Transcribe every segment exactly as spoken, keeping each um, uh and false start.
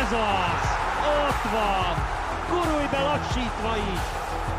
Ez az! Ott van! Gurulj be lassítva is!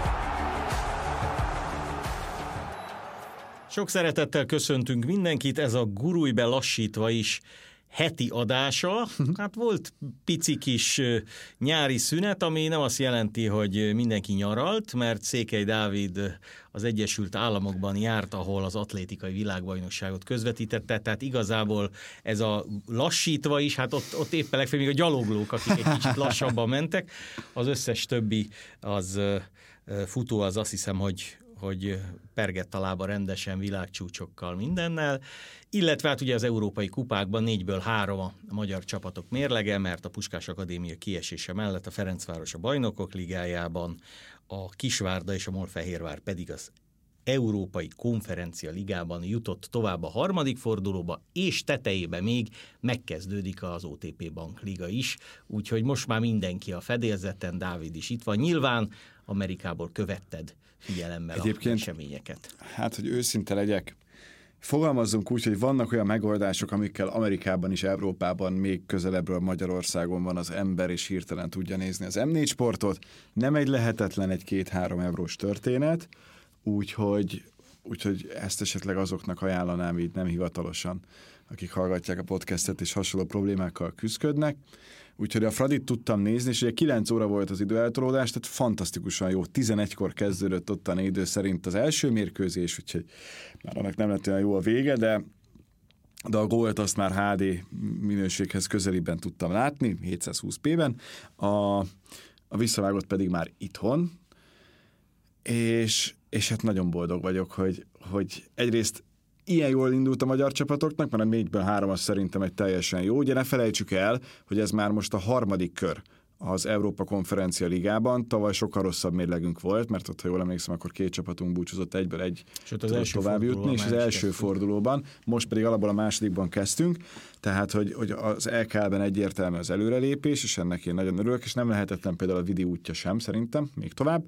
Sok szeretettel köszöntünk mindenkit, ez a Gurulj be lassítva is heti adása. Hát volt pici kis nyári szünet, ami nem azt jelenti, hogy mindenki nyaralt, mert Székely Dávid az Egyesült Államokban járt, ahol az atlétikai világbajnokságot közvetítette, tehát igazából ez a lassítva is, hát ott, ott éppen legfeljebb még a gyaloglók, akik egy kicsit lassabban mentek, az összes többi az futó, az azt hiszem, hogy hogy pergett a lába rendesen világcsúcsokkal mindennel, illetve hát ugye az európai kupákban négyből három a magyar csapatok mérlege, mert a Puskás Akadémia kiesése mellett a Ferencváros a Bajnokok Ligájában, a Kisvárda és a Mol-Fehérvár pedig az Európai Konferencia Ligában jutott tovább a harmadik fordulóba, és tetejében még megkezdődik az o té pé Bank Liga is, úgyhogy most már mindenki a fedélzeten, Dávid is itt van. Nyilván Amerikából követted figyelemmel Egyébként, a eseményeket. Hát, hogy őszinte legyek, fogalmazzunk úgy, hogy vannak olyan megoldások, amikkel Amerikában és Európában még közelebbről Magyarországon van az ember, és hirtelen tudja nézni az em négy sportot. Nem egy lehetetlen egy két-három eurós történet, úgyhogy, úgyhogy ezt esetleg azoknak ajánlanám így nem hivatalosan, akik hallgatják a podcastet és hasonló problémákkal küzdködnek. Úgyhogy a Fradit tudtam nézni, és ugye kilenc óra volt az időeltolódás, tehát fantasztikusan jó. tizenegykor kezdődött ottani idő szerint az első mérkőzés, úgyhogy már annak nem lett olyan jó a vége, de, de a gólt azt már há dé minőséghez közelibben tudtam látni, hétszázhúsz pé-ben, a, a visszavágott pedig már itthon, és, és hát nagyon boldog vagyok, hogy, hogy egyrészt ilyen jól indult a magyar csapatoknak, mert a négyből három az szerintem egy teljesen jó. Ugye ne felejtsük el, hogy ez már most a harmadik kör az Európa Konferencia Ligában. Tavaly sokkal rosszabb mérlegünk volt, mert ott, ha jól emlékszem, akkor két csapatunk búcsúzott egyből egy tovább jutni, és az első fordulóban, most pedig alapból a másodikban kezdtünk, tehát hogy, hogy az el ká el-ben egyértelmű az előrelépés, és ennek én nagyon örülök, és nem lehetetlen például a Vidi útja sem szerintem, még tovább.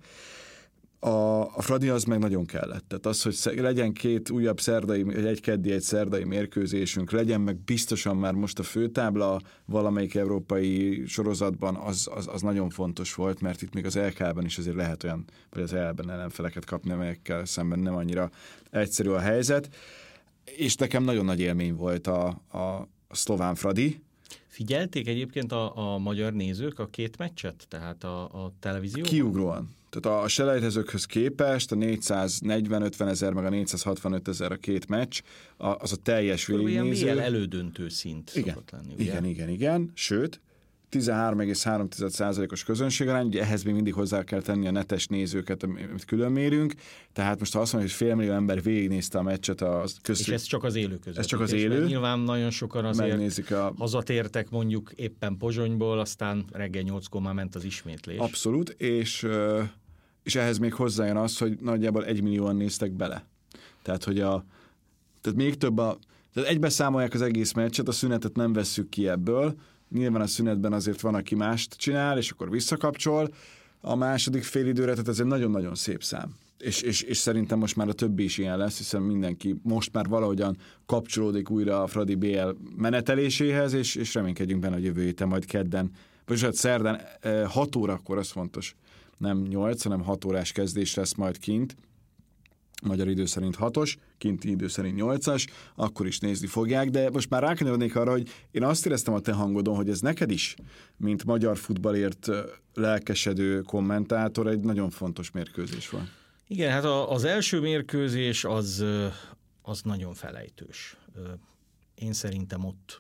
A, a Fradi az meg nagyon kellett. Tehát az, hogy legyen két újabb szerdai, egy keddi, egy szerdai mérkőzésünk, legyen meg biztosan már most a főtábla valamelyik európai sorozatban, az, az, az nagyon fontos volt, mert itt még az el ká el-ben is azért lehet olyan, vagy az el-ben ellenfeleket kapni, amelyekkel szemben nem annyira egyszerű a helyzet. És nekem nagyon nagy élmény volt a, a, a szlován Fradi. Figyelték egyébként a, a magyar nézők a két meccset, tehát a, a televízióban? Kiugróan. Tehát a selejtezőkhöz képest a négyszáznegyven-ötven ezer meg a négyszázhatvanöt ezer a két meccs, az a teljes végignéző. Ilyen bé el elődöntő szint igen, szokott lenni, ugye? Igen, igen, igen. Sőt, tizenhárom egész három százalékos közönségarány, ugye ehhez még mindig hozzá kell tenni a netes nézőket, amit külön mérünk, tehát most ha azt mondja, hogy félmillió ember végignézte a meccset, az köztük... És ez csak az élő közvetítés. Ez csak az élő. Nyilván nagyon sokan azért a... hazatértek mondjuk éppen Pozsonyból, aztán reggel nyolckor már ment az ismétlés. Abszolút, és, és ehhez még hozzájön az, hogy nagyjából egymillióan néztek bele. Tehát, hogy a... Tehát még több a... Tehát egybe számolják az egész meccset, a szünetet nem vesszük ki ebből. Nyilván a szünetben azért van, aki mást csinál, és akkor visszakapcsol a második félidőre, tehát ez egy nagyon-nagyon szép szám. És, és, és szerintem most már a többi is ilyen lesz, hiszen mindenki most már valahogyan kapcsolódik újra a Fradi bé el meneteléséhez, és, és reménykedjünk benne, hogy jövő héten majd kedden, vagy hát szerdán hat órakor, az fontos, nem nyolc, hanem hat órás kezdés lesz majd kint, magyar idő szerint hatos, kinti idő szerint nyolcas, akkor is nézni fogják, de most már rákanyarodnék arra, hogy én azt éreztem a te hangodon, hogy ez neked is, mint magyar futballért lelkesedő kommentátor, egy nagyon fontos mérkőzés van. Igen, hát az első mérkőzés az, az nagyon felejtős. Én szerintem ott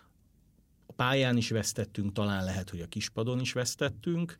a pályán is vesztettünk, talán lehet, hogy a kispadon is vesztettünk,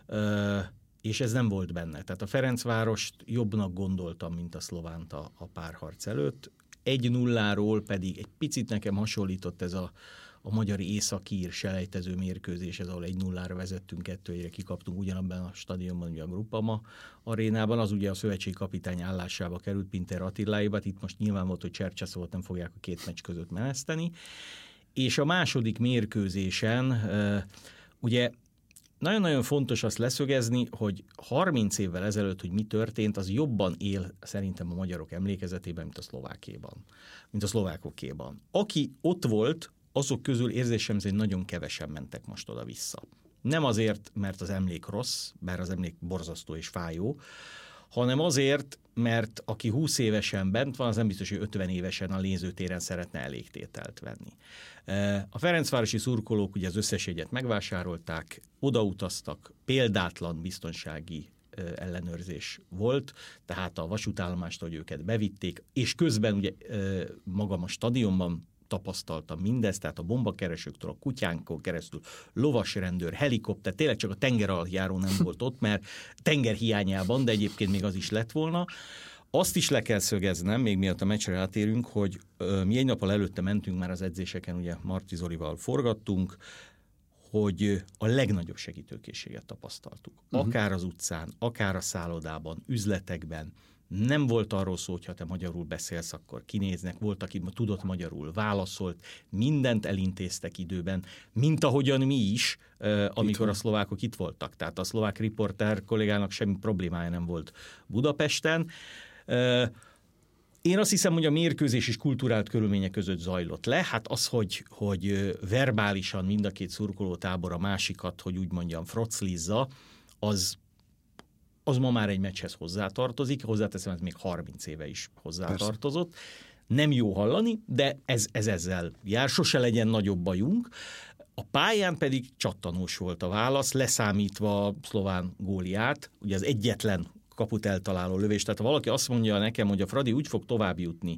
és ez nem volt benne. Tehát a Ferencvárost jobbnak gondoltam, mint a szlovánt a, a párharc előtt. Egy nulláról pedig egy picit nekem hasonlított ez a, a magyari északír selejtező mérkőzés, ez ahol egy nullára vezettünk, kettő egyre kikaptunk ugyanabban a stadionban, ugye a Groupama arénában, az ugye a szövetségi kapitány állásába került Pinter Attiláiba, itt most nyilván volt, hogy Csercseszót nem fogják a két meccs között meneszteni. És a második mérkőzésen ugye nagyon-nagyon fontos azt leszögezni, hogy harminc évvel ezelőtt, hogy mi történt, az jobban él szerintem a magyarok emlékezetében, mint a szlovákéban, mint a szlovákokéban. Aki ott volt, azok közül érzésem szerint nagyon kevesen mentek most oda-vissza. Nem azért, mert az emlék rossz, bár az emlék borzasztó és fájó, hanem azért, mert aki húsz évesen bent van, az nem biztos, hogy ötven évesen a nézőtéren szeretne elégtételt venni. A ferencvárosi szurkolók ugye az összes jegyet megvásárolták, odautaztak, példátlan biztonsági ellenőrzés volt, tehát a vasútállomástól őket bevitték, és közben ugye magam a stadionban tapasztaltam mindezt, tehát a bombakeresőktől, a kutyánkon keresztül, lovasrendőr, helikopter, tényleg csak a tengeralattjáró nem volt ott, mert tenger hiányában, de egyébként még az is lett volna. Azt is le kell szögeznem, még miatt a meccsre átérünk, hogy ö, mi egy nappal előtte mentünk már az edzéseken, ugye Marti Zolival forgattunk, hogy a legnagyobb segítőkészséget tapasztaltuk. Akár az utcán, akár a szállodában, üzletekben. Nem volt arról szó, hogy ha te magyarul beszélsz, akkor kinéznek. Volt, aki tudott magyarul, válaszolt, mindent elintéztek időben, mint ahogyan mi is, amikor a szlovákok itt voltak. Tehát a szlovák riporter kollégának semmi problémája nem volt Budapesten. Én azt hiszem, hogy a mérkőzés is kulturált körülmények között zajlott le. Hát az, hogy, hogy verbálisan mind a két szurkolótábor a másikat, hogy úgy mondjam, froclizza, az az ma már egy meccshez hozzátartozik, hozzáteszem, ez még harminc éve is hozzátartozott. Persze. Nem jó hallani, de ez, ez ezzel jár, sose legyen nagyobb bajunk. A pályán pedig csattanós volt a válasz, leszámítva a szlován góliát, ugye az egyetlen kaput eltaláló lövés. Tehát ha valaki azt mondja nekem, hogy a Fradi úgy fog tovább jutni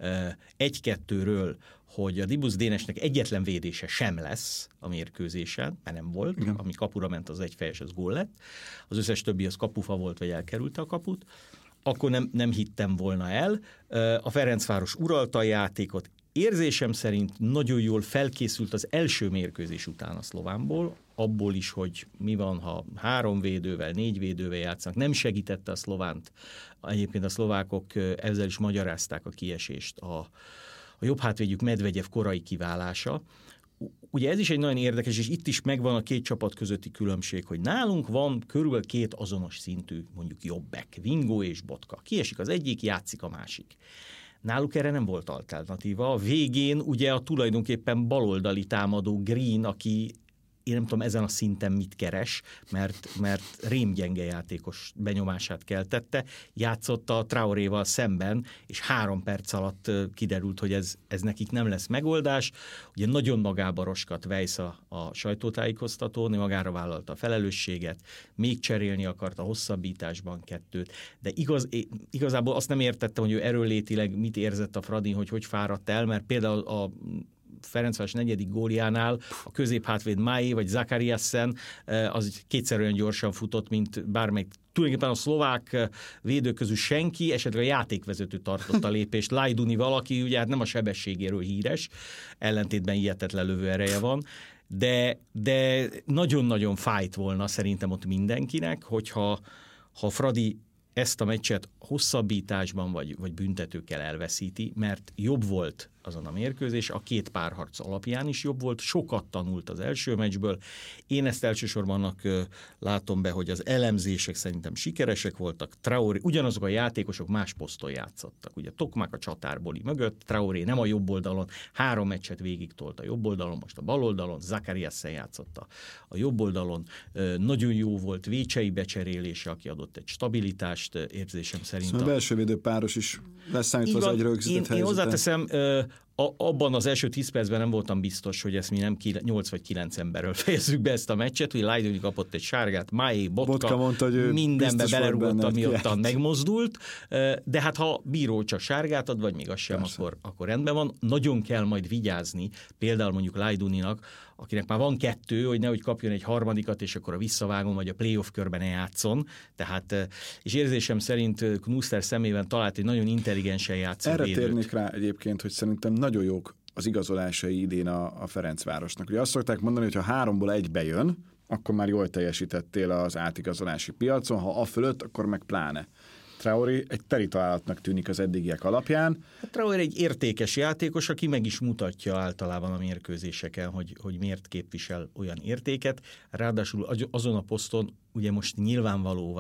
egy-kettőről, hogy a Dibusz Dénesnek egyetlen védése sem lesz a mérkőzésen, mert nem volt, igen. Ami kapura ment, az egyfejes, az gól lett. Az összes többi az kapufa volt, vagy elkerülte a kaput. Akkor nem, nem hittem volna el. A Ferencváros uralta a játékot. Érzésem szerint nagyon jól felkészült az első mérkőzés után a szlovánból, abból is, hogy mi van, ha három védővel, négy védővel játszanak. Nem segítette a szlovánt. Egyébként a szlovákok ezzel is magyarázták a kiesést. A, a jobb hátvédjük Medvegyev korai kiválása. Ugye ez is egy nagyon érdekes, és itt is megvan a két csapat közötti különbség, hogy nálunk van körülbelül két azonos szintű, mondjuk jobbek, Vingó és Botka. Kiesik az egyik, játszik a másik. Náluk erre nem volt alternatíva. A végén ugye a tulajdonképpen baloldali támadó Green, aki én nem tudom ezen a szinten mit keres, mert, mert rémgyenge játékos benyomását keltette, játszott a Traoréval szemben, és három perc alatt kiderült, hogy ez, ez nekik nem lesz megoldás. Ugye nagyon magába roskat Weisz a, a sajtótájékoztatón, magára vállalta a felelősséget, még cserélni akart a hosszabbításban kettőt, de igaz, igazából azt nem értettem, hogy ő erőlétileg mit érzett a Fradin, hogy hogy fáradt el, mert például a Ferencváros negyedik góljánál a középhátvéd Máé vagy Zakariassen az kétszer olyan gyorsan futott, mint bármelyik. Tulajdonképpen a szlovák védők közül senki, esetleg a játékvezető tartott a lépést. Lajduni valaki, ugye hát nem a sebességéről híres, ellentétben hihetetlen lövő ereje van, de, de nagyon-nagyon fájt volna szerintem ott mindenkinek, hogyha ha Fradi ezt a meccset hosszabbításban vagy, vagy büntetőkkel elveszíti, mert jobb volt azon a mérkőzés, a két párharc alapján is jobb volt, sokat tanult az első meccsből. Én ezt elsősorban annak látom be, hogy az elemzések szerintem sikeresek voltak. Traoré, ugyanazok a játékosok más poszton játszottak. Ugye Tokmák a csatárboli mögött, Traoré nem a jobb oldalon, három meccset végig tolt a jobb oldalon, most a bal oldalon, Zakariassen játszott a, a jobb oldalon. Nagyon jó volt Vécsei becserélése, aki adott egy stabilitást, érzésem szerint. Szóval a belső védő páros is leszámítva az egy rögzített helyzete. Én hozzáteszem, A, abban az első tíz percben nem voltam biztos, hogy ezt mi nem nyolc vagy kilenc emberről fejezzük be ezt a meccset, hogy Lajdoni kapott egy sárgát, Máé, Botka, Botka mondta, hogy mindenbe belerúgott, ami ottan megmozdult, de hát ha bíró csak sárgát ad, vagy még az sem, akkor, akkor rendben van. Nagyon kell majd vigyázni, például mondjuk Lajdoninak, akinek már van kettő, hogy nehogy kapjon egy harmadikat, és akkor a visszavágón vagy a playoff körben ne játszon. Tehát, és érzésem szerint Knuster szemében talált egy nagyon intelligensen játszó Erre védőt. térnék rá egyébként, hogy szerintem nagyon jók az igazolásai idén a, a Ferencvárosnak. Ugye azt szokták mondani, hogy ha háromból egy bejön, akkor már jól teljesítettél az átigazolási piacon, ha a fölött, akkor meg pláne. Traoré egy teri találatnak tűnik az eddigiek alapján. Traoré egy értékes játékos, aki meg is mutatja általában a mérkőzéseken, hogy, hogy miért képvisel olyan értéket. Ráadásul azon a poszton ugye most nyilvánvalóvá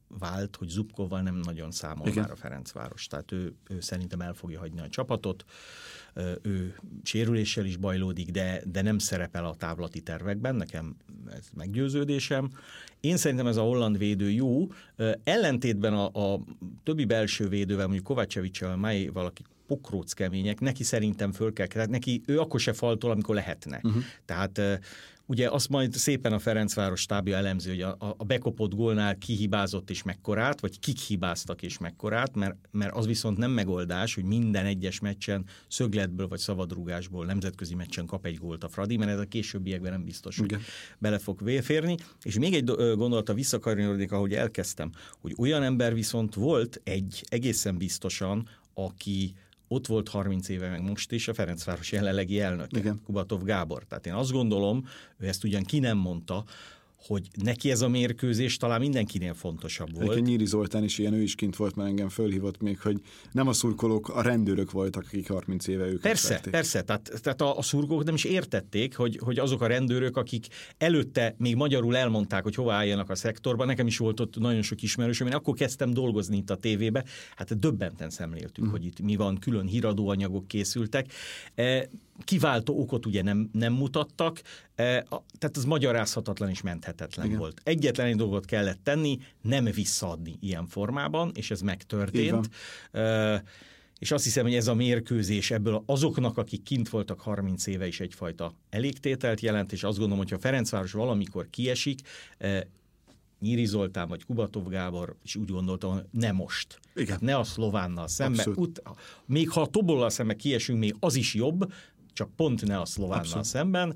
vált, hogy Zubkovval nem nagyon számol Igen. már a Ferencváros. Tehát ő, ő szerintem el fogja hagyni a csapatot. Ő sérüléssel is bajlódik, de, de nem szerepel a távlati tervekben, nekem ez meggyőződésem. Én szerintem ez a holland védő jó. Ellentétben a, a többi belső védővel, mondjuk Kovácsevicsel, Máj valaki pokróc kemények, neki szerintem föl kell, tehát neki ő akkor se faltol, amikor lehetne. Uh-huh. Tehát ugye azt majd szépen a Ferencváros stábja elemzi, hogy a, a bekopott gólnál ki hibázott és mekkorát, vagy kik hibáztak és mekkorát, mert, mert az viszont nem megoldás, hogy minden egyes meccsen szögletből vagy szabadrúgásból nemzetközi meccsen kap egy gólt a Fradi, mert ez a későbbiekben nem biztos, hogy bele fog férni. És még egy gondolata visszakanyarodik, ahogy elkezdtem, hogy olyan ember viszont volt egy egészen biztosan, aki ott volt harminc éve meg most is a Ferencváros jelenlegi elnöke, igen. Kubatov Gábor. Tehát én azt gondolom, ő ezt ugyan ki nem mondta, hogy neki ez a mérkőzés talán mindenkinél fontosabb volt. Egyébként Nyíri Zoltán is ilyen, ő is kint volt, mert engem fölhívott még, hogy nem a szurkolók, a rendőrök voltak, akik harminc éve őket Persze, verték. persze, tehát, tehát a, a szurkolók nem is értették, hogy, hogy azok a rendőrök, akik előtte még magyarul elmondták, hogy hova álljanak a szektorban, nekem is volt ott nagyon sok ismerősöm, én akkor kezdtem dolgozni itt a tévébe, hát döbbenten szemléltük, mm. hogy itt mi van, külön híradóanyagok készültek. Kiváltó okot ugye nem, nem mutattak, tehát ez magyarázhatatlan és menthetetlen igen. volt. Egyetlen egy dolgot kellett tenni, nem visszaadni ilyen formában, és ez megtörtént. És azt hiszem, hogy ez a mérkőzés ebből azoknak, akik kint voltak harminc éve is egyfajta elégtételt jelent, és azt gondolom, hogyha Ferencváros valamikor kiesik, Nyíri Zoltán vagy Kubatov Gábor is úgy gondoltam, hogy ne most. Igen. Ne a Szlovánnal szemben. Ut- még ha a Tobollal szemben kiesünk, még az is jobb, csak pont ne a Szlovánnal abszolút. Szemben,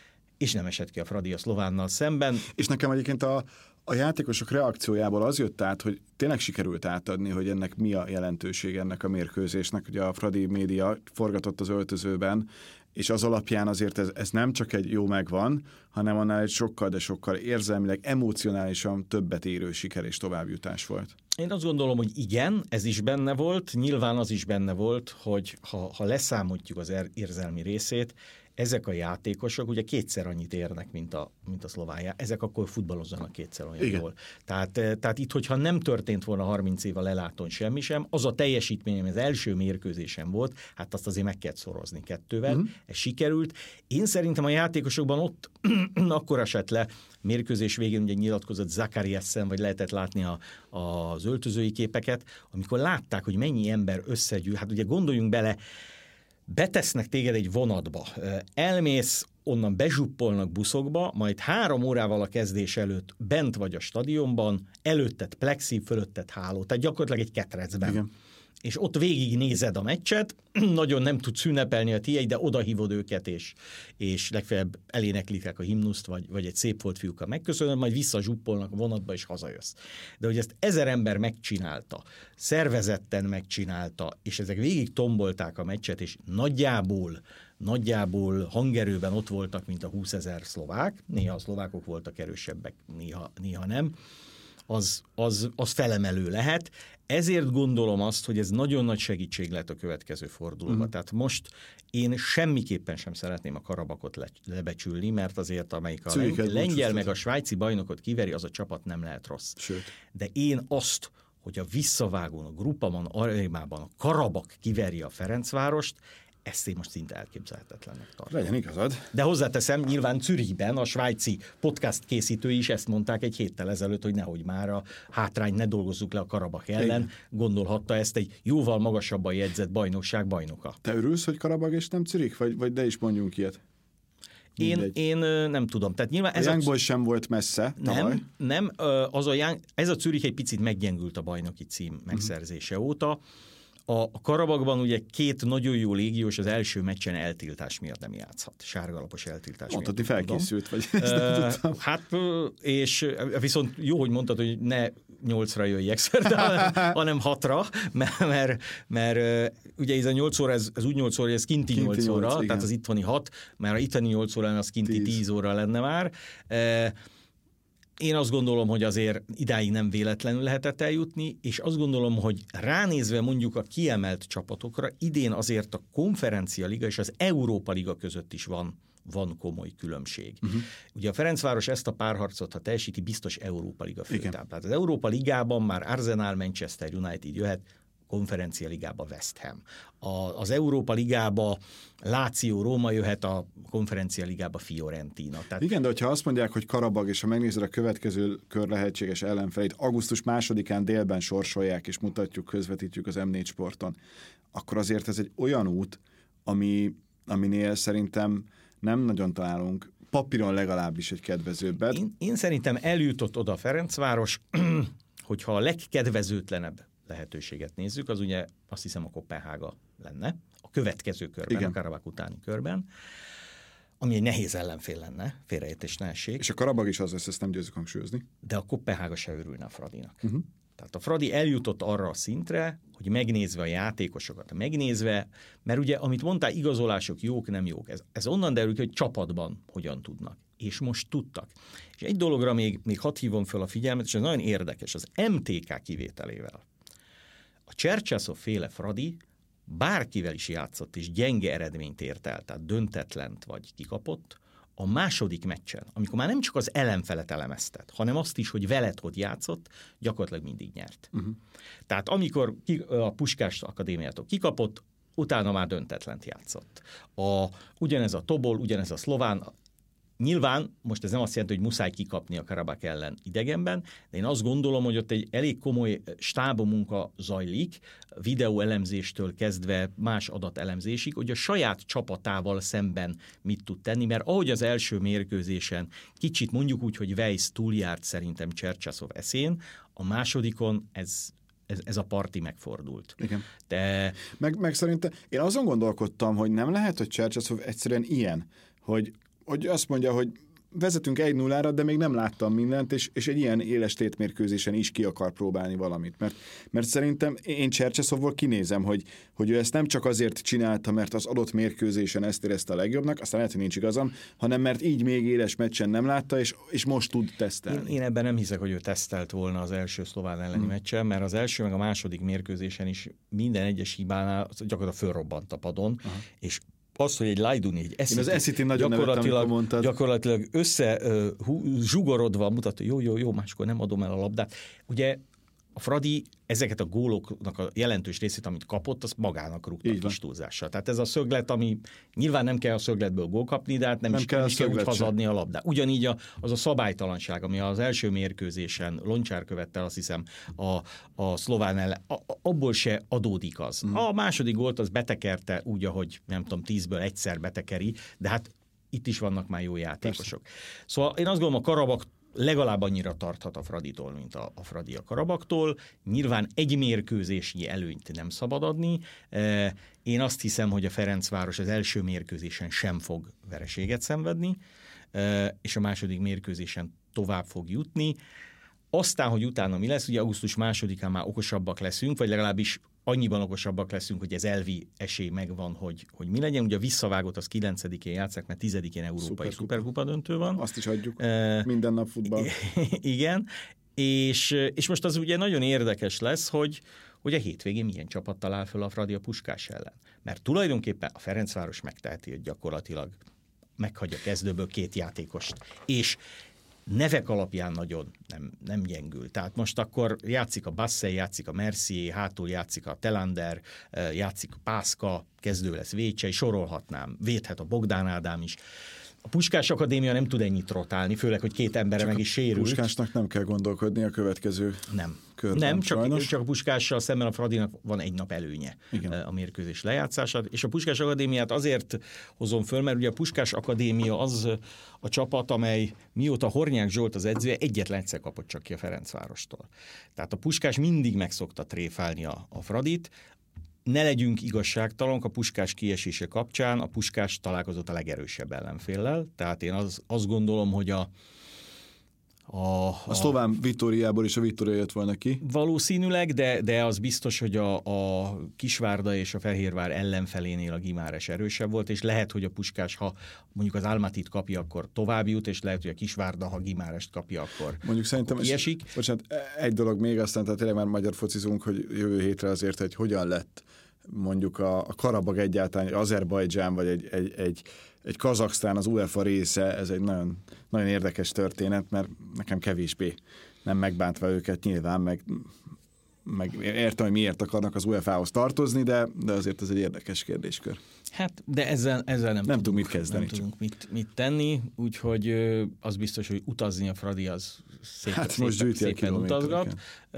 és nem esett ki a Fradi a Szlovánnal szemben. És nekem egyébként a, a játékosok reakciójából az jött át, hogy tényleg sikerült átadni, hogy ennek mi a jelentőség ennek a mérkőzésnek. Ugye a Fradi média forgatott az öltözőben, és az alapján azért ez, ez nem csak egy jó megvan, hanem annál egy sokkal, de sokkal érzelmileg, emocionálisan többet érő siker és továbbjutás volt. Én azt gondolom, hogy igen, ez is benne volt, nyilván az is benne volt, hogy ha, ha leszámoljuk az érzelmi részét, ezek a játékosok ugye kétszer annyit érnek, mint a, mint a szlovája. Ezek akkor futballozzanak kétszer olyan igen. jól. Tehát, tehát itt, hogyha nem történt volna harminc év a lelátón semmi sem, az a teljesítményem, az első mérkőzésem volt, hát azt azért meg kellett szorozni kettővel. Uh-huh. Ez sikerült. Én szerintem a játékosokban ott akkor esett le, mérkőzés végén ugye nyilatkozott Zakariassen, vagy lehetett látni a, az öltözői képeket, amikor látták, hogy mennyi ember összegyűl. Hát ugye gondoljunk bele, betesznek téged egy vonatba, elmész, onnan bezsuppolnak buszokba, majd három órával a kezdés előtt bent vagy a stadionban, előtted plexi, fölötted háló, tehát gyakorlatilag egy ketrecben. Igen. És ott végig nézed a meccset, nagyon nem tudsz ünnepelni a tiéd, de odahívod őket, és, és legfeljebb eléneklik a himnuszt, vagy, vagy egy szép volt fiúkkal megköszönöm, majd visszazsuppolnak a vonatba, és hazajössz. De hogy ezt ezer ember megcsinálta, szervezetten megcsinálta, és ezek végig tombolták a meccset, és nagyjából, nagyjából hangerőben ott voltak, mint a húszezer szlovák, néha a szlovákok voltak erősebbek, néha, néha nem, az, az, az felemelő lehet. Ezért gondolom azt, hogy ez nagyon nagy segítség lehet a következő fordulóban. Uh-huh. Tehát most én semmiképpen sem szeretném a Karabakot le, lebecsülni, mert azért amelyik a lengyel, lengyel meg a svájci bajnokot kiveri, az a csapat nem lehet rossz. Sőt. De én azt, hogy a visszavágón, a Gruppaman arénában a Karabak kiveri a Ferencvárost, ezt én most szinte elképzelhetetlennek tartom. Legyen igazad. De hozzáteszem, nyilván Zürichben a svájci podcast készítői is ezt mondták egy héttel ezelőtt, hogy nehogy már a hátrány ne dolgozzuk le a Karabak ellen. Igen. Gondolhatta ezt egy jóval magasabban jegyzett bajnokság bajnoka. Te örülsz, hogy Karabak és nem Zürich? Vagy, vagy de is mondjunk ilyet? Én, én nem tudom. Tehát nyilván ez a Young Boys sem volt messze tavaly. Nem, nem az a Young, ez a Zürich egy picit meggyengült a bajnoki cím megszerzése uh-huh. óta. A Karabakban ugye két nagyon jó légiós az első meccsen eltiltás miatt nem játszhat. Sárgalapos eltiltás mondtad, miatt. Mondtad, felkészült vagy. Uh, hát, és viszont jó, hogy mondtad, hogy ne nyolcra jöjjek szerdán, hanem hatra, mert, mert, mert ugye ez a nyolc óra, ez, ez úgy nyolc óra, ez kinti, kinti nyolc óra, nyolc, tehát az itteni hat, mert a itteni nyolc óra, az kinti tíz óra lenne már. Uh, Én azt gondolom, hogy azért idáig nem véletlenül lehetett eljutni, és azt gondolom, hogy ránézve mondjuk a kiemelt csapatokra, idén azért a Konferencia Liga és az Európa Liga között is van van komoly különbség. Uh-huh. Ugye a Ferencváros ezt a párharcot, ha teljesíti, biztos Európa Liga főtáblát. Az Európa Ligában már Arsenal, Manchester United jöhet, Konferencia Ligába West Ham. A, az Európa Ligába Lazio, Róma jöhet, a Konferencia Ligába Fiorentina. Tehát... Igen, de hogyha azt mondják, hogy Karabag, és ha megnézed a következő kör lehetséges ellenfelét, augusztus másodikán délben sorsolják, és mutatjuk, közvetítjük az em négy Sporton, akkor azért ez egy olyan út, ami, aminél szerintem nem nagyon találunk, papíron legalábbis egy kedvezőbbet. Én, én szerintem eljutott oda Ferencváros, hogyha a legkedvezőtlenebb lehetőséget nézzük, az ugye azt hiszem a Koppenhága lenne, a következő körben, igen. A Karabag utáni körben, ami egy nehéz ellenfél lenne, félreértés ne essék. És a Karabag is az lesz, ezt nem győzzük hangsúlyozni. De a Koppenhága se örülne a Fradinak. Uh-huh. Tehát a Fradi eljutott arra a szintre, hogy megnézve a játékosokat, megnézve, mert ugye, amit mondtál, igazolások jók, nem jók. Ez, ez onnan derül ki, hogy csapatban hogyan tudnak. És most tudtak. És egy dologra még, még hadd hívom fel a figyelmet, és ez nagyon érdekes, az em té ká kivételével. A Csercseszov féle Fradi bárkivel is játszott, és gyenge eredményt ért el, tehát döntetlent vagy kikapott, a második meccsen, amikor már nem csak az ellenfelet elemezted, hanem azt is, hogy veled hogy játszott, gyakorlatilag mindig nyert. Uh-huh. Tehát amikor a Puskás Akadémiától kikapott, utána már döntetlent játszott. A, ugyanez a Tobol, ugyanez a szlován, nyilván most ez nem azt jelenti, hogy muszáj kikapni a Karabag ellen idegenben, de én azt gondolom, hogy ott egy elég komoly stábmunka zajlik, videóelemzéstől kezdve más adatelemzésig, hogy a saját csapatával szemben mit tud tenni, mert ahogy az első mérkőzésen kicsit mondjuk úgy, hogy Weiss túljárt szerintem Csercseszov eszén, a másodikon ez Ez, ez a parti megfordult. Igen. De... Meg, meg szerintem én azon gondolkodtam, hogy nem lehet, hogy Csercseszov egyszerűen ilyen, hogy hogy azt mondja, hogy vezetünk egy nullára, de még nem láttam mindent, és, és egy ilyen éles tétmérkőzésen is ki akar próbálni valamit. Mert, mert szerintem én Csercseszovból kinézem, hogy, hogy ő ezt nem csak azért csinálta, mert az adott mérkőzésen ezt érezte a legjobbnak, aztán lehet, hogy nincs igazam, hanem mert így még éles meccsen nem látta, és, és most tud tesztelni. Én, én ebben nem hiszek, hogy ő tesztelt volna az első szlován elleni hmm. meccsen, mert az első meg a második mérkőzésen is minden egyes hibánál gyakorlatilag fölrobbant a padon, aha. És az, hogy egy Lajduni, egy Esziti, Én az Esziti nagyon gyakorlatilag, nevettem, gyakorlatilag össze uh, hú, zsugorodva mutatta, jó, jó, jó, máskor nem adom el a labdát. Ugye a Fradi ezeket a góloknak a jelentős részét, amit kapott, azt magának rúgta kis túlzással. Tehát ez a szöglet, ami nyilván nem kell a szögletből gól kapni, de hát nem, nem is kell, is kell úgy hazadni a labdát. Ugyanígy a, az a szabálytalanság, ami az első mérkőzésen Loncsár követte, azt hiszem, a, a szlován ellen, a, abból se adódik az. Mm. A második gólt az betekerte úgy, ahogy nem tudom, tízből egyszer betekeri, de hát itt is vannak már jó játékosok. Persze. Szóval én azt gondolom, a Karabag legalább annyira tarthat a Fraditól, mint a, a Fradi a Karabagtól. Nyilván egy mérkőzési előnyt nem szabad adni. Én azt hiszem, hogy a Ferencváros az első mérkőzésen sem fog vereséget szenvedni, és a második mérkőzésen tovább fog jutni. Aztán, hogy utána mi lesz, ugye augusztus másodikán már okosabbak leszünk, vagy legalábbis annyiban okosabbak leszünk, hogy ez elvi esély megvan, hogy, hogy mi legyen. Ugye a visszavágót az kilencedikén játszák, mert tizedikén európai szuperkupa. szuperkupa döntő van. Azt is adjuk. Uh, Minden nap futball. Igen. És, és most az ugye nagyon érdekes lesz, hogy, hogy a hétvégén milyen csapat talál föl a Fradi a Puskás ellen. Mert tulajdonképpen a Ferencváros megteheti, hogy gyakorlatilag meghagyja kezdőből két játékost. És nevek alapján nagyon nem, nem gyengül. Tehát most akkor játszik a Bassey, játszik a Mercier, hátul játszik a Telander, játszik a Pászka, kezdő lesz Vécsei, sorolhatnám. Védhet a Bogdán Ádám is. A Puskás Akadémia nem tud ennyit rotálni, főleg, hogy két embere csak meg is sérült. Puskásnak nem kell gondolkodni a következő nem. körben. Nem, csak, csak a Puskással szemben a Fradinak van egy nap előnye. Igen. A mérkőzés lejátszását. És a Puskás Akadémiát azért hozom föl, mert ugye a Puskás Akadémia az a csapat, amely mióta Hornyák Zsolt az edzője, egyetlen egyszer kapott csak ki a Ferencvárostól. Tehát a Puskás mindig meg szokta tréfálni a, a Fradit. Ne legyünk igazságtalanok, a Puskás kiesése kapcsán a Puskás találkozott a legerősebb ellenféllel, tehát én az, azt gondolom, hogy a A, a, a szlován Vitóriából is a Vitória jött volna ki. Valószínűleg, de, de az biztos, hogy a, a Kisvárda és a Fehérvár ellenfelénél a Gimáres erősebb volt, és lehet, hogy a Puskás, ha mondjuk az Almatit kapja, akkor tovább jut, és lehet, hogy a Kisvárda, ha Gimárest kapja, akkor mondjuk szerintem kiesik. És, bocsánat, egy dolog még, aztán tehát tényleg már magyar focizunk, hogy jövő hétre azért, hogy hogyan lett mondjuk a, a Karabag egyáltalán, egy Azerbajdzsán, vagy egy, egy, egy, egy Kazaksztán az UEFA része, ez egy nagyon, nagyon érdekes történet, mert nekem kevésbé nem megbántva őket nyilván, meg, meg értem, hogy miért akarnak az UEFA-hoz tartozni, de, de azért ez egy érdekes kérdéskör. Hát, de ezzel, ezzel nem, nem tudunk, mit kezdeni. Nem tudunk mit, mit tenni, úgyhogy az biztos, hogy utazni a Fradi az szép, hát szépen, most szépen utazgat.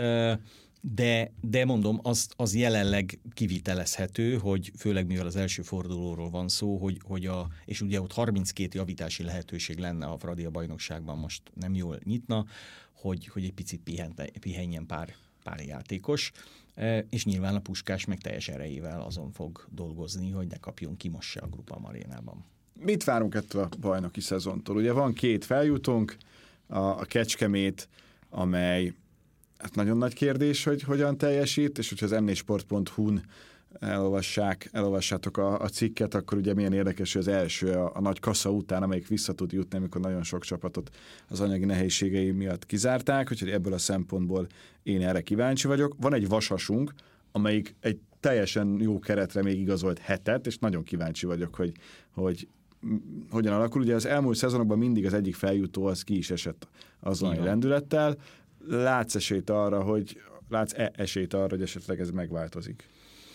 De, de mondom, az, az jelenleg kivitelezhető, hogy főleg mivel az első fordulóról van szó, hogy, hogy a, és ugye ott harminckét javítási lehetőség lenne, a Fradi a bajnokságban most nem jól nyitna, hogy, hogy egy picit pihente, pihenjen pár, pár játékos, és nyilván a Puskás meg teljes erejével azon fog dolgozni, hogy ne kapjon ki most se a Grupam arénában. Mit várunk ettől a bajnoki szezontól? Ugye van két feljutónk, a, a Kecskemét, amely hát nagyon nagy kérdés, hogy hogyan teljesít, és hogyha az em négy sport pont hu-n elolvassák, elolvassátok a, a cikket, akkor ugye milyen érdekes, hogy az első a, a nagy kassa után, amelyik vissza tud jutni, amikor nagyon sok csapatot az anyagi nehézségei miatt kizárták, úgyhogy ebből a szempontból én erre kíváncsi vagyok. Van egy vasasunk, amelyik egy teljesen jó keretre még igazolt hetet, és nagyon kíváncsi vagyok, hogy, hogy hogyan alakul. Ugye az elmúlt szezonokban mindig az egyik feljutó az ki is esett azon a lendülettel. Látsz esélyt arra, hogy látsz-e esélyt arra, hogy esetleg ez megváltozik?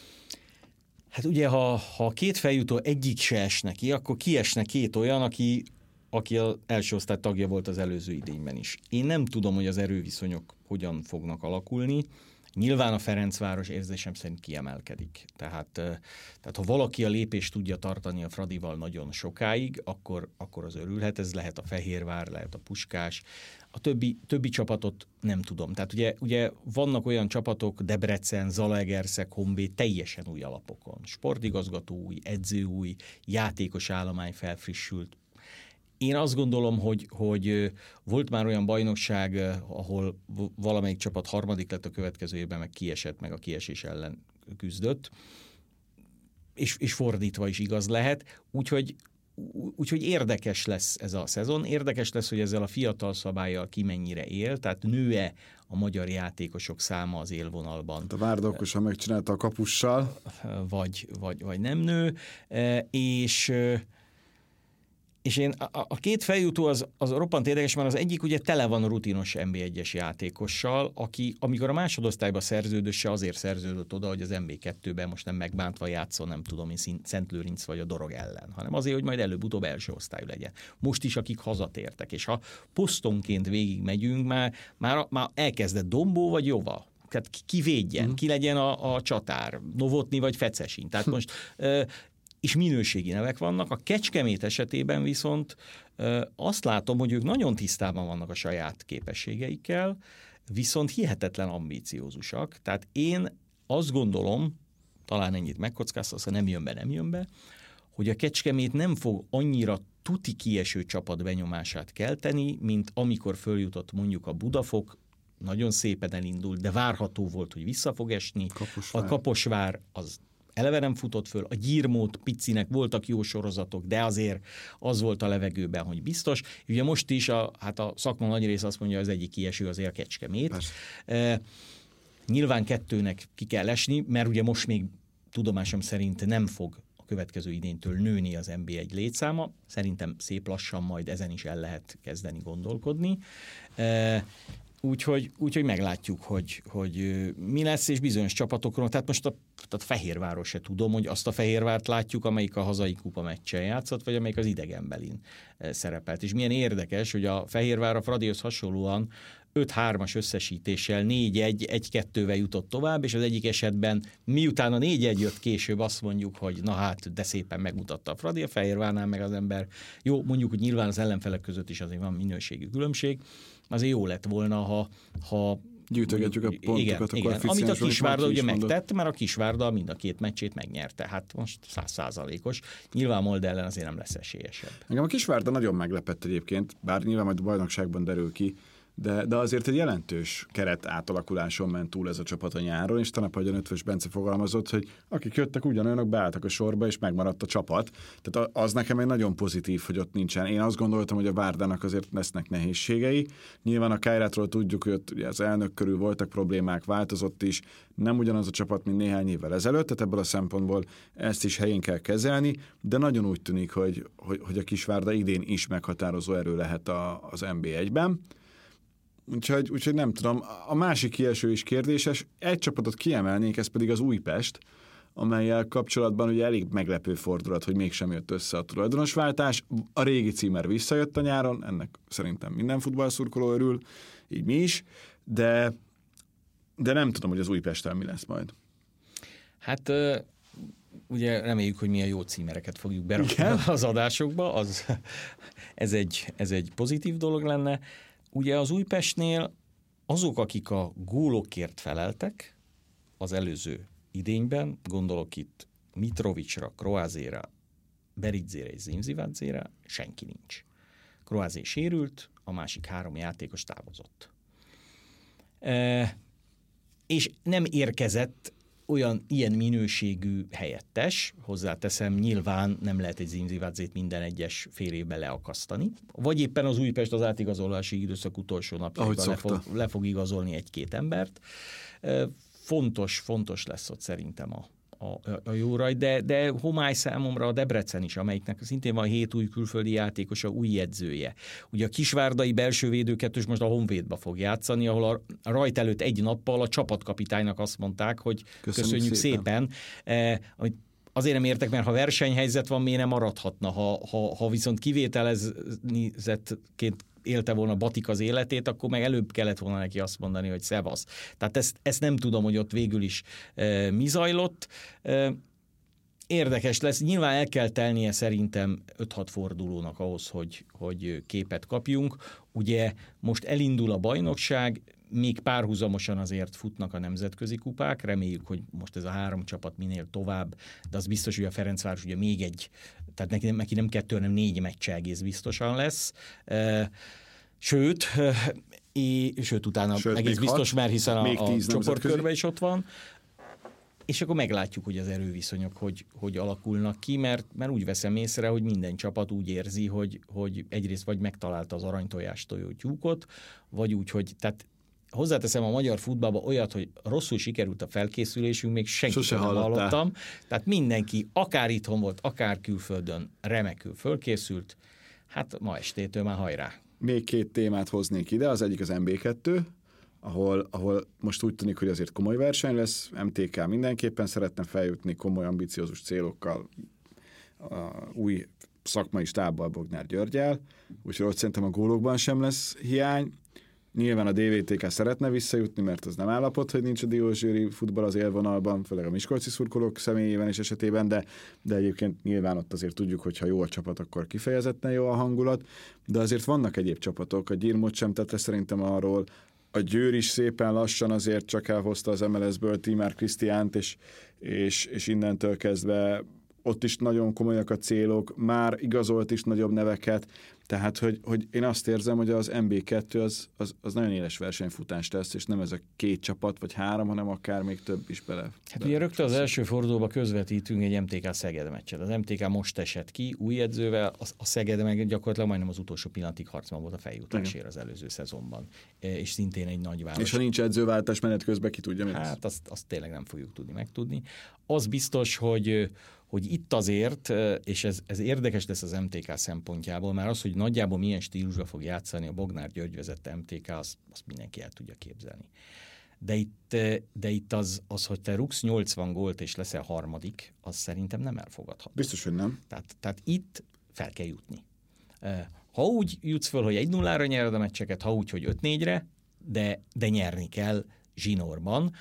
Hát ugye, ha, ha a két feljutó egyik se esne ki, akkor kiesne két olyan, aki, aki az első osztály tagja volt az előző idényben is. Én nem tudom, hogy az erőviszonyok hogyan fognak alakulni. Nyilván a Ferencváros érzésem szerint kiemelkedik. Tehát, tehát ha valaki a lépést tudja tartani a Fradival nagyon sokáig, akkor, akkor az örülhet. Ez lehet a Fehérvár, lehet a Puskás. A többi, többi csapatot nem tudom. Tehát ugye, ugye vannak olyan csapatok, Debrecen, Zalaegerszeg, Honvéd teljesen új alapokon. Sportigazgató új, edző új, játékos állomány felfrissült. Én azt gondolom, hogy, hogy volt már olyan bajnokság, ahol valamelyik csapat harmadik lett, a következő évben meg kiesett, meg a kiesés ellen küzdött, és, és fordítva is igaz lehet, úgyhogy, úgyhogy érdekes lesz ez a szezon, érdekes lesz, hogy ezzel a fiatal szabállyal ki mennyire él, tehát nő-e a magyar játékosok száma az élvonalban. A Várda okosan megcsinálta a kapussal. Vagy, vagy, vagy nem nő, és... És én, a, a két feljutó az, az roppant érdekes, mert az egyik ugye tele van rutinos en bé egyes játékossal, aki amikor a másodosztályba szerződött, se azért szerződött oda, hogy az en bé kettőben most nem megbántva játszol, nem tudom én, Szentlőrinc vagy a Dorog ellen, hanem azért, hogy majd előbb-utóbb első osztályú legyen. Most is, akik hazatértek, és ha posztonként végig megyünk, már, már, már elkezdett Dombó vagy Jova. Tehát ki védjen, mm. ki legyen a, a csatár, Novotny vagy Fecesin. Tehát most... és minőségi nevek vannak. A Kecskemét esetében viszont ö, azt látom, hogy ők nagyon tisztában vannak a saját képességeikkel, viszont hihetetlen ambíciózusak. Tehát én azt gondolom, talán ennyit megkockáztasz, ha nem jön be, nem jön be, hogy a Kecskemét nem fog annyira tuti kieső csapat benyomását kelteni, mint amikor följutott mondjuk a Budafok, nagyon szépen elindult, de várható volt, hogy vissza fog esni. Kaposvár. A Kaposvár az eleve nem futott föl, a Gyirmót, Picinek voltak jó sorozatok, de azért az volt a levegőben, hogy biztos. Ugye most is a, hát a szakma nagy rész azt mondja, az egyik kieső azért a Kecskemét. E, nyilván kettőnek ki kell esni, mert ugye most még tudomásom szerint nem fog a következő idénytől nőni az en bé egy létszáma. Szerintem szép lassan majd ezen is el lehet kezdeni gondolkodni. E, Úgyhogy, úgyhogy meglátjuk, hogy, hogy mi lesz, és bizonyos csapatokról, tehát most a, a Fehérváros se tudom, hogy azt a Fehérvárt látjuk, amelyik a hazai kupa meccsen játszott, vagy amelyik az idegenbelin szerepelt. És milyen érdekes, hogy a Fehérvár a Fradihoz hasonlóan öt hármas összesítéssel négy egy, egy kettővel jutott tovább, és az egyik esetben miután a négy egy jött később, azt mondjuk, hogy na hát, de szépen megmutatta a Fradi, a Fehérvárnál meg az ember. Jó, mondjuk, hogy nyilván az ellenfelek között is azért van minőségű különbség, azért jó lett volna, ha... ha gyűjtögetjük a pontokat, igen, a igen. Amit a Kisvárda ugye mondott. megtett, mert a Kisvárda mind a két meccsét megnyerte. Hát most száz százalékos. Nyilván Molde ellen azért nem lesz esélyesebb. Engem a Kisvárda nagyon meglepett egyébként, bár nyilván majd a bajnokságban derül ki, de, de azért egy jelentős keret átalakuláson ment túl ez a csapat a nyáron, és tanap, ahogyan Ötvös Bence fogalmazott, hogy akik jöttek, ugyanolyanok, beálltak a sorba, és megmaradt a csapat. Tehát az nekem egy nagyon pozitív, hogy ott nincsen. Én azt gondoltam, hogy a Várdának azért lesznek nehézségei. Nyilván a Kajrátról tudjuk, hogy ott ugye az elnök körül voltak problémák, változott is, nem ugyanaz a csapat, mint néhány évvel ezelőtt, tehát ebből a szempontból ezt is helyén kell kezelni, de nagyon úgy tűnik, hogy, hogy, hogy a Kisvárda idén is meghatározó erő lehet a, az en bé egyben. Úgyhogy, úgyhogy nem tudom. A másik kieső is kérdéses. Egy csapatot kiemelnék, ez pedig az Újpest, amellyel kapcsolatban ugye elég meglepő fordulat, hogy mégsem jött össze a tulajdonosváltás. A régi címer visszajött a nyáron, ennek szerintem minden futballszurkoló örül, így mi is, de, de nem tudom, hogy az Újpesten mi lesz majd. Hát ugye reméljük, hogy milyen jó címereket fogjuk berakni az adásokba, az, ez, egy, ez egy pozitív dolog lenne. Ugye az Újpestnél azok, akik a gólokért feleltek az előző idényben, gondolok itt Mitrovicsra, Kroázéra, Beridzére és Zimzivadzére, senki nincs. Kroázé sérült, a másik három játékos távozott. E, és nem érkezett olyan ilyen minőségű helyettes, hozzáteszem, nyilván nem lehet egy Zimzivadzét minden egyes fél évben leakasztani, vagy éppen az Újpest az átigazolási időszak utolsó napjában le fog, le fog igazolni egy-két embert. Fontos, fontos lesz ott szerintem a, a, a jó rajt, de, de homály számomra a Debrecen is, amelyiknek szintén van hét új külföldi játékos, a új edzője. Ugye a kisvárdai belső védőkettős most a Honvédba fog játszani, ahol a rajt előtt egy nappal a csapatkapitánynak azt mondták, hogy köszönjük, köszönjük szépen, szépen eh, amit azért nem értek, mert ha versenyhelyzet van, miért nem maradhatna, ha, ha, ha viszont kivételezettként élte volna Batik az életét, akkor meg előbb kellett volna neki azt mondani, hogy szevasz. Tehát ezt, ezt nem tudom, hogy ott végül is e, mi zajlott. E, érdekes lesz. Nyilván el kell telnie szerintem öt-hat fordulónak ahhoz, hogy, hogy képet kapjunk. Ugye most elindul a bajnokság, még párhuzamosan azért futnak a nemzetközi kupák, reméljük, hogy most ez a három csapat minél tovább, de az biztos, hogy a Ferencváros ugye még egy, tehát neki, neki nem kettő, hanem négy meccse egész biztosan lesz. Sőt, é, sőt utána sőt, egész biztos, hat, mert hiszen a, a csoportkörben is ott van. És akkor meglátjuk, hogy az erőviszonyok hogy, hogy alakulnak ki, mert, mert úgy veszem észre, hogy minden csapat úgy érzi, hogy, hogy egyrészt vagy megtalálta az aranytojás tojó tyúkot, vagy úgy, hogy tehát hozzáteszem a magyar futballba olyat, hogy rosszul sikerült a felkészülésünk, még senkit nem hallottam. Tehát mindenki, akár itthon volt, akár külföldön remekül fölkészült. Hát ma estétől már hajrá. Még két témát hoznék ide, az egyik az em bé kettő, ahol, ahol most úgy tűnik, hogy azért komoly verseny lesz, em té ká mindenképpen szeretne feljutni komoly, ambiciózus célokkal a új szakmai stábbal, Bognár Györgyel, úgyhogy ott szerintem a gólokban sem lesz hiány. Nyilván a dé vé té ká szeretne visszajutni, mert az nem állapot, hogy nincs a diózsőri futball az élvonalban, főleg a miskolci szurkolók személyében és esetében, de, de egyébként nyilván ott azért tudjuk, hogy ha jó a csapat, akkor kifejezetten jó a hangulat, de azért vannak egyéb csapatok, a Gyirmot sem tette szerintem arról, a Győr is szépen lassan azért csak elhozta az em el es-ből Tímár Krisztiánt, és, és, és innentől kezdve ott is nagyon komolyak a célok, már igazolt is nagyobb neveket, tehát hogy, hogy én azt érzem, hogy az em bé kettő az, az, az nagyon éles versenyfutás lesz, és nem ez a két csapat, vagy három, hanem akár még több is bele. Hát bele ugye rögtön az első fordulóba közvetítünk egy em té ká Szeged meccset. Az em té ká most esett ki új edzővel, a Szeged meg gyakorlatilag majdnem az utolsó pillanatig harcban volt a feljutásért az előző szezonban. És szintén egy nagy város. És ha nincs edzőváltás menet közben, ki tudja, mi lesz? Hát azt, azt tényleg nem fogjuk tudni megtudni. Az biztos, hogy hogy itt azért, és ez, ez érdekes lesz az em té ká szempontjából, már az, hogy nagyjából milyen stílusba fog játszani a Bognár György vezette em té ká, azt, azt mindenki el tudja képzelni. De itt, de itt az, az, hogy te rúgsz nyolcvan gólt és leszel harmadik, az szerintem nem elfogadható. Biztos, hogy nem. Tehát, tehát itt fel kell jutni. Ha úgy jutsz föl, hogy egy nullára nyered a meccseket, ha úgy, hogy öt négyre, de, de nyerni kell zsinórban.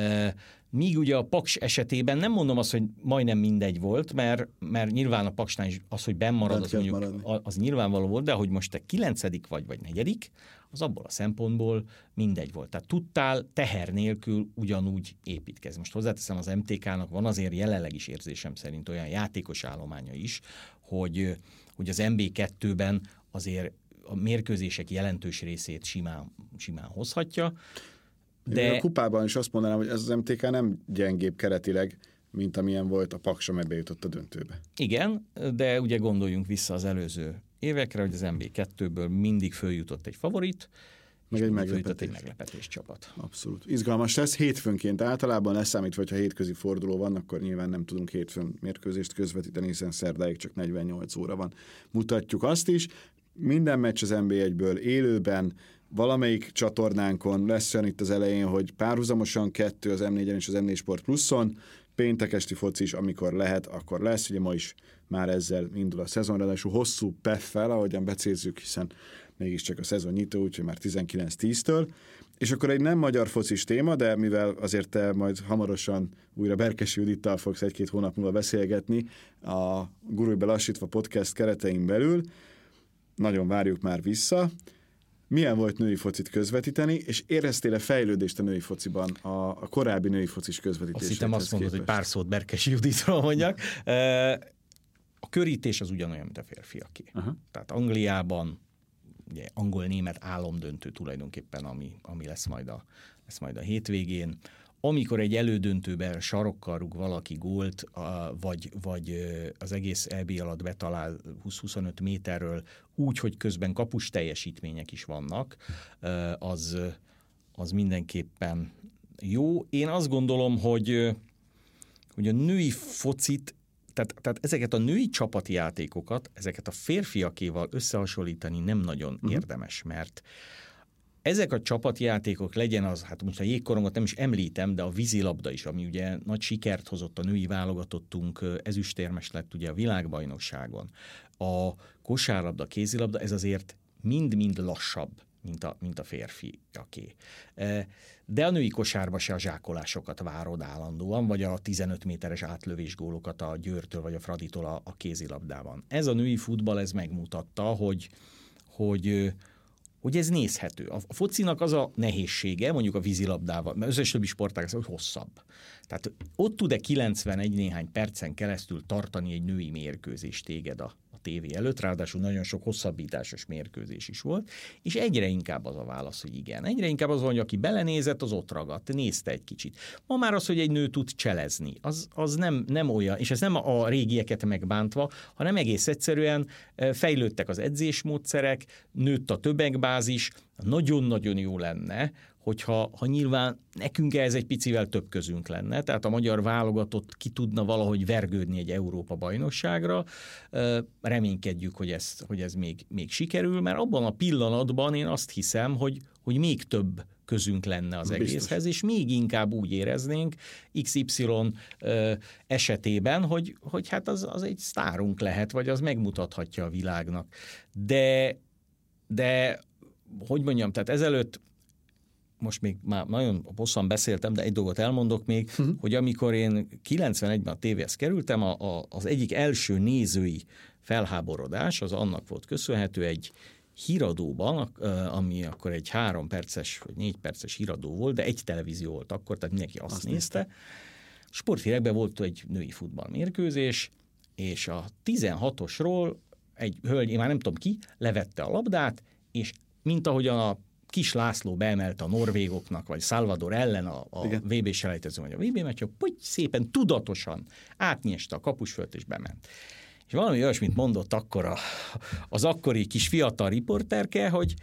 Míg ugye a Paks esetében nem mondom azt, hogy majdnem mindegy volt, mert, mert nyilván a Paksnál is az, hogy benn marad, az, mondjuk, az nyilvánvaló volt, de hogy most te kilencedik vagy, vagy negyedik, az abból a szempontból mindegy volt. Tehát tudtál teher nélkül ugyanúgy építkezni. Most hozzáteszem, az em té ká-nak van azért jelenleg is érzésem szerint olyan játékos állománya is, hogy, hogy az em bé kettőben azért a mérkőzések jelentős részét simán, simán hozhatja. De a kupában is azt mondanám, hogy ez az em té ká nem gyengébb keretileg, mint amilyen volt a Paks, amely bejutott a döntőbe. Igen, de ugye gondoljunk vissza az előző évekre, hogy az en bé kettőből mindig följutott egy favorit, meg egy meglepetés. egy meglepetés csapat. Abszolút. Izgalmas lesz. Hétfőnként általában leszámítva, hogyha hétközi forduló van, akkor nyilván nem tudunk hétfőn mérkőzést közvetíteni, hiszen szerdáig csak negyvennyolc óra van. Mutatjuk azt is. Minden meccs az en bé egyből élőben, valamelyik csatornánkon lesz olyan itt az elején, hogy párhuzamosan kettő az em négyen és az em négy Sport Pluszon, péntek esti foci is, amikor lehet, akkor lesz. Ugye ma is már ezzel indul a szezon, ráadásul hosszú peffel, ahogyan becézzük, hiszen mégiscsak a szezon nyitó, úgyhogy már tizenkilenc tíztől. És akkor egy nem magyar focis téma, de mivel azért te majd hamarosan újra Berkesi Judittal fogsz egy-két hónap múlva beszélgetni a Gurulj be lassítva podcast keretein belül, nagyon várjuk már vissza. Milyen volt női focit közvetíteni, és éreztél-e fejlődést a női fociban a, a korábbi női focis közvetítéshez? Azt hittem azt mondod, hogy pár szót Berkesi Juditról mondjak. A körítés az ugyanolyan, mint a férfiaké. Aha. Tehát Angliában ugye angol-német álomdöntő tulajdonképpen, ami, ami lesz, majd a, lesz majd a hétvégén. Amikor egy elődöntőben sarokkal rúg valaki gólt, vagy, vagy az egész é bé alatt betalál húsz-huszonöt méterről úgy, hogy közben kapus teljesítmények is vannak, az, az mindenképpen jó. Én azt gondolom, hogy, hogy a női focit, tehát, tehát ezeket a női csapati játékokat, ezeket a férfiakéval összehasonlítani nem nagyon uh-huh. érdemes, mert ezek a csapatjátékok, legyen az, hát most a jégkorongot nem is említem, de a vízilabda is, ami ugye nagy sikert hozott, a női válogatottunk, ezüstérmes lett ugye a világbajnokságon. A kosárlabda, kézilabda, ez azért mind-mind lassabb, mint a, mint a férfiaké. De a női kosárba se a zsákolásokat várod állandóan, vagy a tizenöt méteres átlövés gólokat a Győrtől vagy a Fraditól a, a kézilabdában. Ez a női futball, ez megmutatta, hogy, hogy hogy ez nézhető. A focinak az a nehézsége, mondjuk a vízilabdával, mert összes többi sportág az, hogy hosszabb. Tehát ott tud-e kilencvenegy néhány percen keresztül tartani egy női mérkőzés téged a, a tévé előtt, ráadásul nagyon sok hosszabbításos mérkőzés is volt, és egyre inkább az a válasz, hogy igen. Egyre inkább az van, hogy aki belenézett, az ott ragadt, nézte egy kicsit. Ma már az, hogy egy nő tud cselezni, az, az nem, nem olyan, és ez nem a régieket megbántva, hanem egész egyszerűen fejlődtek az edzésmódszerek, nőtt a tömegbázis, nagyon-nagyon jó lenne, hogyha ha nyilván nekünk ez egy picivel több közünk lenne, tehát a magyar válogatott ki tudna valahogy vergődni egy Európa-bajnokságra, reménykedjük, hogy ez, hogy ez még, még sikerül, mert abban a pillanatban én azt hiszem, hogy, hogy még több közünk lenne az Biztos. egészhez, és még inkább úgy éreznénk iksz ipszilon esetében, hogy, hogy hát az, az egy sztárunk lehet, vagy az megmutathatja a világnak. De, de hogy mondjam, tehát ezelőtt most még már nagyon hosszan beszéltem, de egy dolgot elmondok még, uh-huh. hogy amikor én kilencvenegyben a tévéhez kerültem, a, a, az egyik első nézői felháborodás, az annak volt köszönhető egy híradóban, ami akkor egy három perces vagy négy perces híradó volt, de egy televízió volt akkor, tehát mindenki azt, azt nézte. nézte. Sporthírekben volt egy női futballmérkőzés, és a tizenhatosról egy hölgy, én már nem tudom ki, levette a labdát, és mint ahogyan a Kis László beemelte a norvégoknak, vagy Salvador ellen a, a vé bé-selejtezőn, vagy a vé bé meccs, hogy szépen tudatosan átnyeste a kapusfölt és bement. És valami olyasmit mondott akkor a, az akkori kis fiatal riporterke, hogy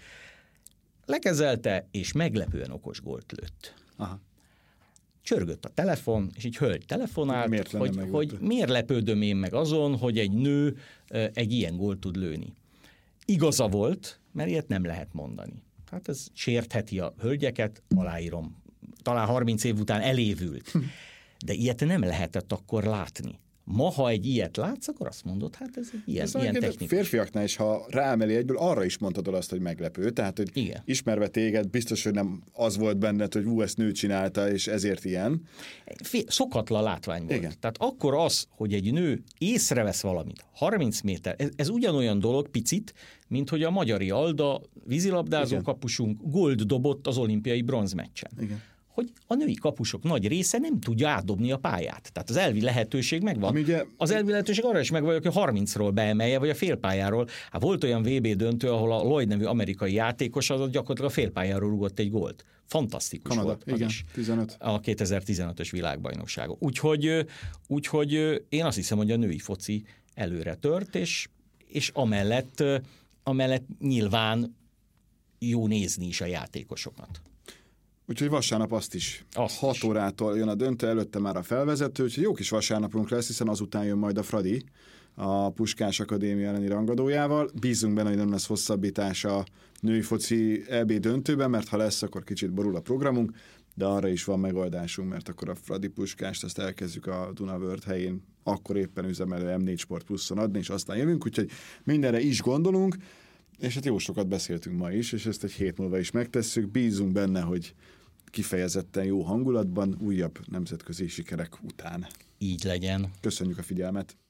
lekezelte, és meglepően okos gólt lőtt. Aha. Csörgött a telefon, és egy hölgy telefonált, miért hogy, hogy miért lepődöm én meg azon, hogy egy nő egy ilyen gólt tud lőni. Igaza volt, mert ilyet nem lehet mondani. Hát ez sértheti a hölgyeket, aláírom. Talán harminc év után elévült. De ilyet nem lehetett akkor látni. Ma, ha egy ilyet látsz, akkor azt mondod, hát ez egy ilyen, ilyen technika. Férfiaknál is, ha ráemeli egyből, arra is mondhatod azt, hogy meglepő. Tehát, hogy igen. Ismerve téged, biztos, hogy nem az volt benned, hogy hú, ezt nő csinálta, és ezért ilyen. Szokatlan látvány volt. Igen. Tehát akkor az, hogy egy nő észrevesz valamit, harminc méter, ez, ez ugyanolyan dolog picit, mint hogy a Magyari Alda vízilabdázó kapusunk gólt dobott az olimpiai bronzmeccsen. Igen. hogy a női kapusok nagy része nem tudja átdobni a pályát. Tehát az elvi lehetőség megvan. Ugye... Az elvi lehetőség arra is megvan, hogy harmincról beemelje, vagy a félpályáról. Hát volt olyan vé bé döntő, ahol a Lloyd nevű amerikai játékos az gyakorlatilag a félpályáról rúgott egy gólt. Fantasztikus Kanada, volt. igen, is tizenöt. A kétezer-tizenötös világbajnokságon. Úgyhogy, úgyhogy én azt hiszem, hogy a női foci előre tört, és, és amellett, amellett nyilván jó nézni is a játékosokat. Úgyhogy vasárnap azt is. Azt hat is. órától jön a döntő, előtte már a felvezető, úgyhogy jó kis vasárnapunk lesz, hiszen azután jön majd a Fradi a Puskás Akadémia elleni rangadójával. Bízunk benne, hogy nem lesz hosszabbítás a női foci é bé döntőben, mert ha lesz, akkor kicsit borul a programunk, de arra is van megoldásunk, mert akkor a Fradi Puskást azt elkezdjük a Dunavörd helyén, akkor éppen üzemelő em négy Sport Pluszon adni, és aztán jövünk, úgyhogy mindenre is gondolunk, és hát jó sokat beszéltünk ma is, és ezt egy hét múlva is megtesszük. Bízunk benne, hogy kifejezetten jó hangulatban, újabb nemzetközi sikerek után. Így legyen. Köszönjük a figyelmet!